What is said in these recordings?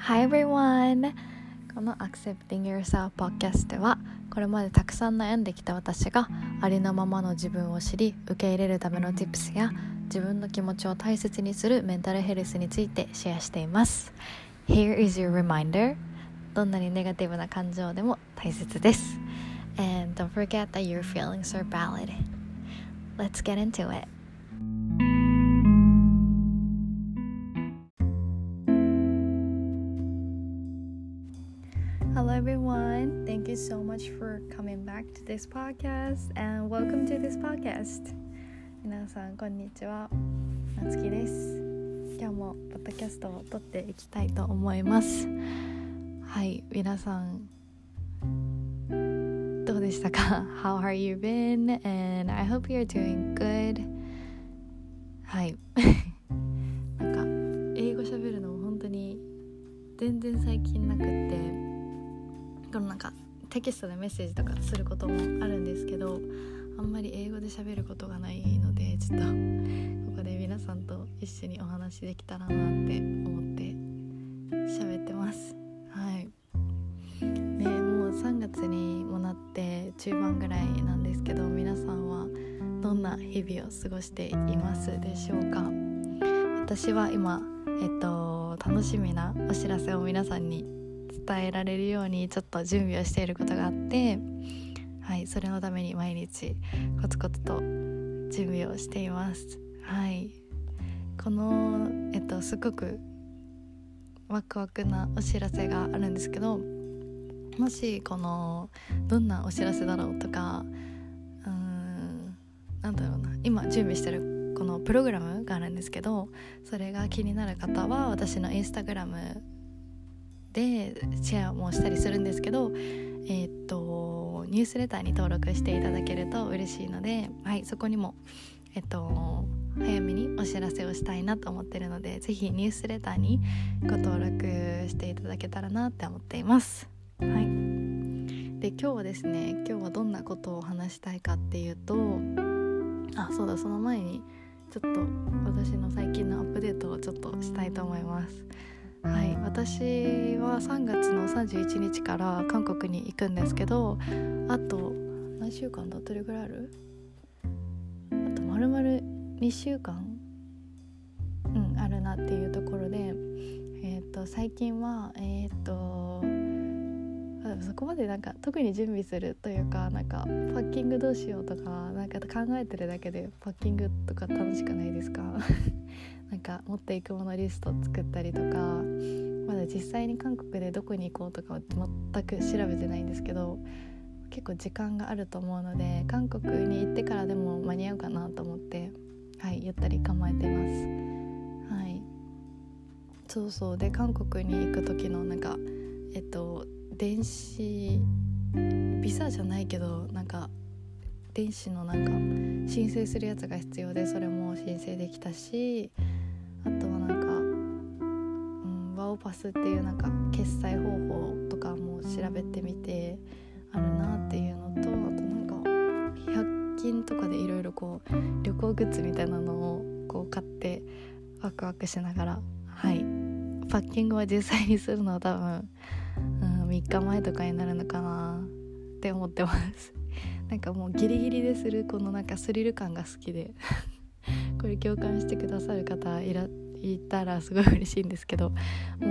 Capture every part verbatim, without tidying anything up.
Hi everyone! この Accepting Yourself Podcast ではこれまでたくさん悩んできた私がありのままの自分を知り受け入れるための Tips や自分の気持ちを大切にするメンタルヘルスについてシェアしています。 Here is your reminder. どんなにネガティブな感情でも大切です。 And don't forget that your feelings are valid. Let's get into it.Hello everyone, thank you so much for coming back to this podcast and welcome to this podcast. 皆さんこんにちは、なつきです。今日もポッドキャストを撮っていきたいと思います。はい、皆さんどうでしたか？ How are you been? And I hope you're doing good. はい、なんか英語喋るのも本当に全然最近なくってこのなんかテキストでメッセージとかすることもあるんですけど、あんまり英語で喋ることがないので、ちょっとここで皆さんと一緒にお話できたらなって思って喋ってます。はいね、もうさんがつにもなって中盤ぐらいなんですけど、皆さんはどんな日々を過ごしていますでしょうか？私は今、えっと、楽しみなお知らせを皆さんに伝えられるようにちょっと準備をしていることがあって、はい、それのために毎日コツコツと準備をしています。はい、この、えっと、すごくワクワクなお知らせがあるんですけど、もしこのどんなお知らせだろうとか、うーんなんだろうな、今準備してるこのプログラムがあるんですけど、それが気になる方は私のインスタグラムでシェアもしたりするんですけど、えー、っとニュースレターに登録していただけると嬉しいので、はい、そこにも、えっと、早めにお知らせをしたいなと思っているので、ぜひニュースレターにご登録していただけたらなって思っています。はい、で今日はですね、今日はどんなことを話したいかっていうと、あ、そうだ、その前にちょっと私の最近のアップデートをちょっとしたいと思います。はい、私はさんがつのさんじゅういちにちから韓国に行くんですけど、あと何週間だ、どれぐらいある？あと丸々にしゅうかん、うん、あるなっていうところで、えー、と最近はえっ、ー、とそこまでなんか特に準備するというか、なんかパッキングどうしようとかなんか考えてるだけでパッキングとか楽しくないですか？なんか持っていくものリスト作ったりとか、まだ実際に韓国でどこに行こうとかは全く調べてないんですけど、結構時間があると思うので韓国に行ってからでも間に合うかなと思って、はい、ゆったり構えてます。はい、そうそう、で韓国に行く時のなんかえっと電子ビザじゃないけど、なんか電子のなんか申請するやつが必要で、それも申請できたし、あとはなんか、うん、ワオパスっていうなんか決済方法とかも調べてみてあるなっていうのと、あとなんかひゃく均とかでいろいろこう旅行グッズみたいなのをこう買ってワクワクしながら、はい、パッキングは実際にするのは多分、うん、みっかまえとかになるのかなって思ってますなんかもうギリギリでするこのなんかスリル感が好きでこれ共感してくださる方いらいたらすごい嬉しいんですけど、もう、うん、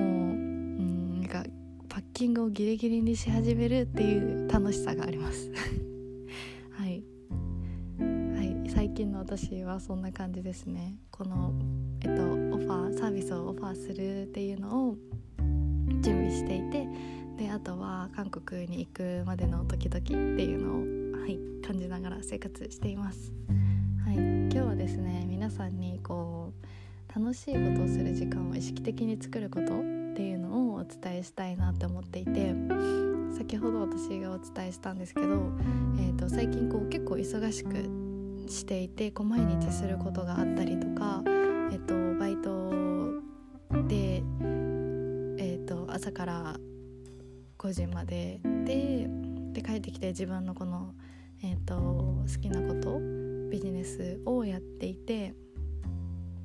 なんかパッキングをギリギリにし始めるっていう楽しさがありますはい、はい、最近の私はそんな感じですね。この、えっと、オファーサービスをオファーするっていうのを準備していて、であとは韓国に行くまでの時々っていうのを、はい、感じながら生活しています。はい、今日はですね、皆さんにこう楽しいことをする時間を意識的に作ることっていうのをお伝えしたいなって思っていて、先ほど私がお伝えしたんですけど、えーと、最近こう結構忙しくしていて、こう毎日することがあったりとか、えーと、バイトで、えーと、朝からごじまでで、で帰ってきて自分のこの、えーと、好きなことビジネスをやっていて、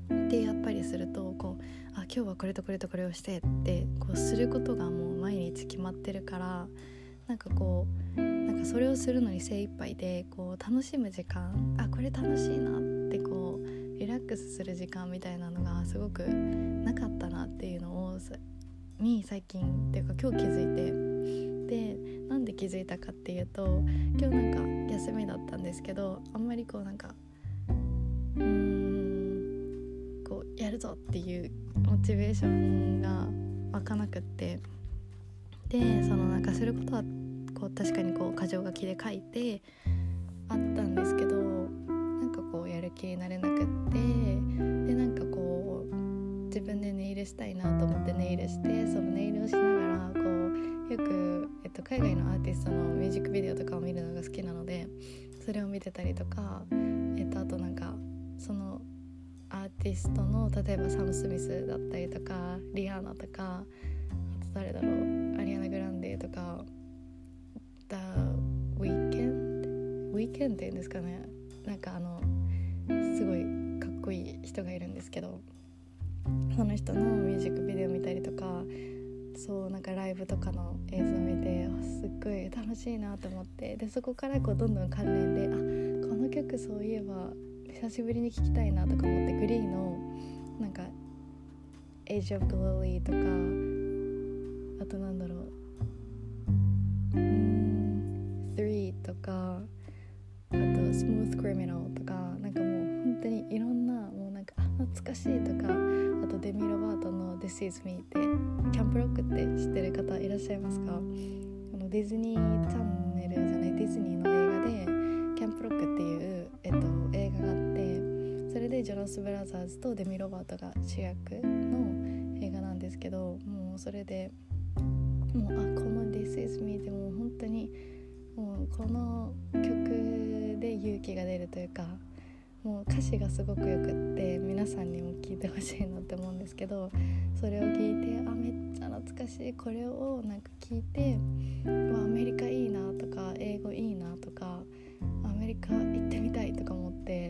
でやっぱりするとこうあ今日はこれとこれとこれをしてってこうすることがもう毎日決まってるから、なんかこうなんかそれをするのに精一杯でこう楽しむ時間、あこれ楽しいなってこうリラックスする時間みたいなのがすごくなかったなっていうのをに最近っていうか今日気づいて、でなんで気づいたかっていうと、今日なんか休みだったんですけど、あんまりこうなんかうーんこうやるぞっていうモチベーションが湧かなくって、でそのなんかすることはこう確かにこう箇条書きで書いてあったんですけど、なんかこうやる気になれなくって、でなんかこう自分でネイルしたいなと思ってネイルして、そのネイルをしながらこうよく、えっと、海外のアーティストのミュージックビデオとかを見るのが好きなので、それを見てたりとか、えっと、あとなんかそのアーティストの例えばサム・スミスだったりとかリアーナとか、あと誰だろうアリアナ・グランデとかThe Weeknd Weeknd っていうんですかね、なんかあのすごいかっこいい人がいるんですけど、その人のミュージックビデオ見たりとか、そうなんかライブとかの映像見てすっごい楽しいなと思って、でそこからこうどんどん関連で、あこの曲そういえば久しぶりに聴きたいなとか思って、グリーのなんか Age of Glory とか、あとなんだろううーんスリーとか、あと Smooth Criminal とか、なんかもう本当にいろんなもうなんかあ懐かしいとか、あとデミ・ロバートの This Is Me ってキャンプロックって知ってる方いらっしゃいますか？あのディズニーチャンネルじゃないディズニーの映画でキャンプロックっていう、えっと、映画があって、それでジョナス・ブラザーズとデミ・ロバートが主役の映画なんですけど、もうそれでもうあこの This Is Me でもう本当にもうこの曲で勇気が出るというか、もう歌詞がすごくよくって皆さんにも聴いてほしいなって思うんですけど、それを聞いてあめっちゃ懐かしい、これをなんか聞いてアメリカいいなとか英語いいなとかアメリカ行ってみたいとか思って、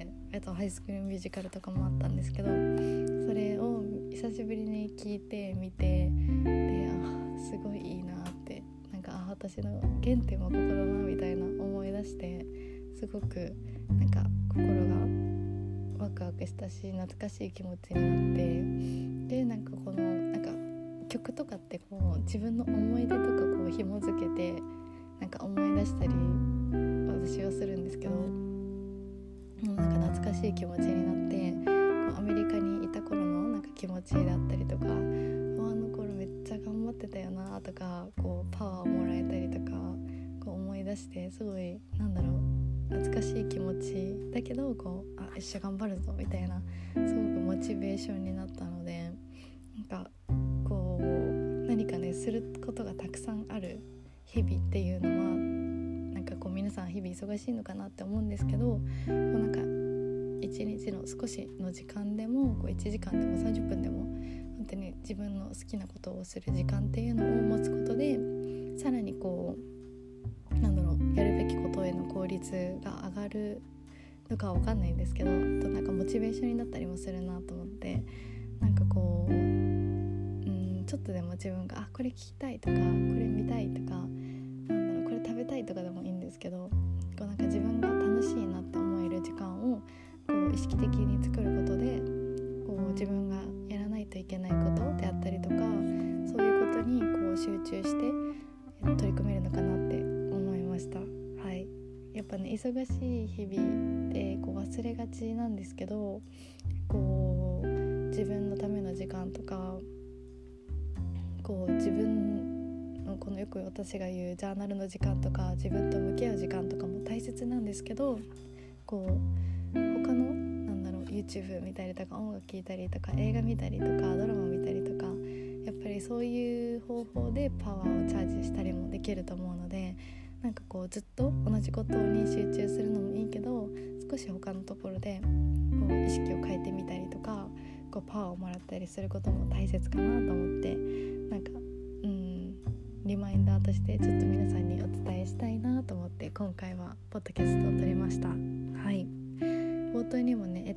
あとハイスクールミュージカルとかもあったんですけど、それを久しぶりに聞いてみて、であすごいいいなって、なんかあ私の原点はここだなみたいな思い出して、すごくなんか心がワクワクしたし懐かしい気持ちになって、でなんかこのなんか曲とかってこう自分の思い出とかこう紐づけてなんか思い出したり私はするんですけど、もうなんか懐かしい気持ちになって、こうアメリカにいた頃のなんか気持ちだったりとか、あの頃めっちゃ頑張ってたよなとか、こうパワーをもらえたりとかこう思い出して、すごいなんだろう懐かしい気持ちだけど、こうあ一緒頑張るぞみたいなすごくモチベーションになったので、なんかこう何かねすることがたくさんある日々っていうのはなんかこう皆さん日々忙しいのかなって思うんですけど、なんか一日の少しの時間でもこういちじかんでもさんじゅっぷんでも本当に自分の好きなことをする時間っていうのを持つことで、さらにこうなんだろうやるべきことへの効率が上がるのかは分かんないんですけど、あとなんかモチベーションになったりもするなと思って、なんかこううんちょっとでも自分があこれ聞きたいとかこれ見たいとかなんだろうこれ食べたいとかでもいいんですけど、こうなんか自分が楽しいなって思える時間をこう意識的に作ることで、こう自分がやらないといけないことであったりとか、そういうことにこう集中して取り組めるのかなって思いました。はい、やっぱね忙しい日々でこう忘れがちなんですけど、こう自分のための時間とか、こう自分のこのよく私が言うジャーナルの時間とか自分と向き合う時間とかも大切なんですけど、こう他のなんだろう YouTube 見たりとか音楽聴いたりとか映画見たりとかドラマ見たりとか、やっぱりそういう方法でパワーをチャージしたりもできると思うので、なんかこうずっと同じことに集中するのもいいけど、少し他のところでこう意識を変えてみたりとか、こうパワーをもらったりすることも大切かなと思って、なんかうんリマインダーとしてちょっと皆さんにお伝えしたいなと思って今回はポッドキャストを撮りました。はい、冒頭にもね、えっと、お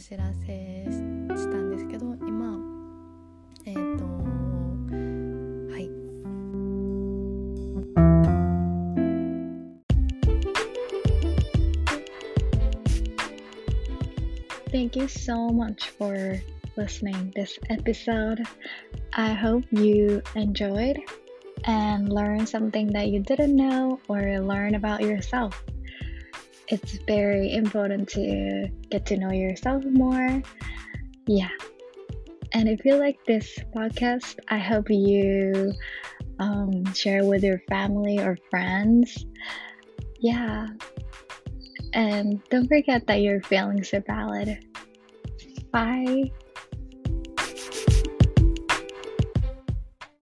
知らせしたんですけど、今えっ、ー、とはい Thank you so much for listening this episode. I hope you enjoyed and learned something that you didn't know or learn about yourself. It's very important to get to know yourself more. Yeah. And if you like this podcast, I hope you um, share with your family or friends. Yeah. And don't forget that your feelings are valid. Bye.